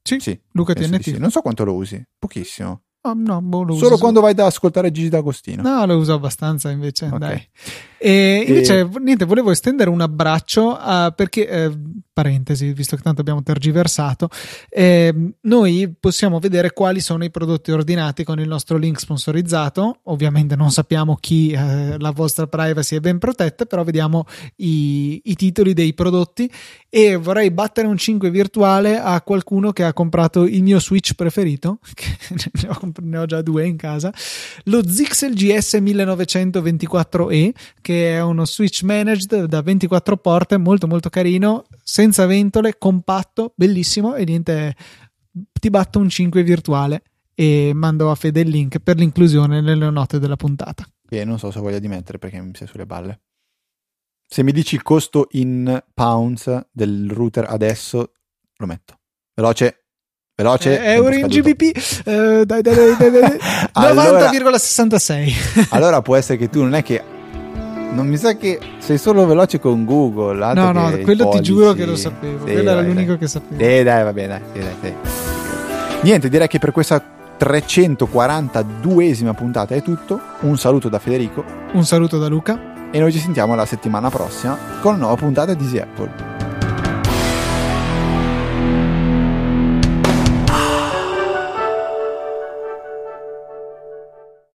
A: Sì,
B: sì,
A: Luca T N T.
B: sì. Non so quanto lo usi, pochissimo.
A: Oh, no, boh, lo
B: Solo
A: uso
B: quando vai da ascoltare Gigi D'Agostino.
A: No, lo uso abbastanza invece,
B: Okay.
A: dai. E invece,
B: E...
A: niente, volevo estendere un abbraccio a, perché, eh, parentesi, visto che tanto abbiamo tergiversato, eh, noi possiamo vedere quali sono i prodotti ordinati con il nostro link sponsorizzato. Ovviamente non sappiamo chi, eh, la vostra privacy è ben protetta, però vediamo i, i titoli dei prodotti e vorrei battere un cinque virtuale a qualcuno che ha comprato il mio Switch preferito, che ne ho, ne ho già due in casa, lo Zixel G S millenovecentoventiquattro E, che è uno Switch managed da ventiquattro porte, molto molto carino, senza ventole, compatto, bellissimo. E niente, ti batto un cinque virtuale e mando a Fede il link per l'inclusione nelle note della puntata.
B: E non so se voglia di mettere perché mi sei sulle balle. Se mi dici il costo in pounds del router adesso, lo metto. Veloce. Veloce,
A: eh, euro in G B P, eh, dai, dai, dai, dai, dai.
B: Allora,
A: novanta virgola sessantasei.
B: Allora può essere che tu non è che non mi sa che sei solo veloce con Google.
A: No, no, quello
B: pollici.
A: Ti giuro che lo sapevo.
B: Sì,
A: quello
B: vai,
A: era l'unico
B: dai.
A: che sapevo.
B: Sì, dai, va bene, dai, dai, dai. Niente, direi che per questa trecentoquarantaduesima puntata è tutto. Un saluto da Federico.
A: Un saluto da Luca.
B: E noi ci sentiamo la settimana prossima con una nuova puntata di Easy Apple.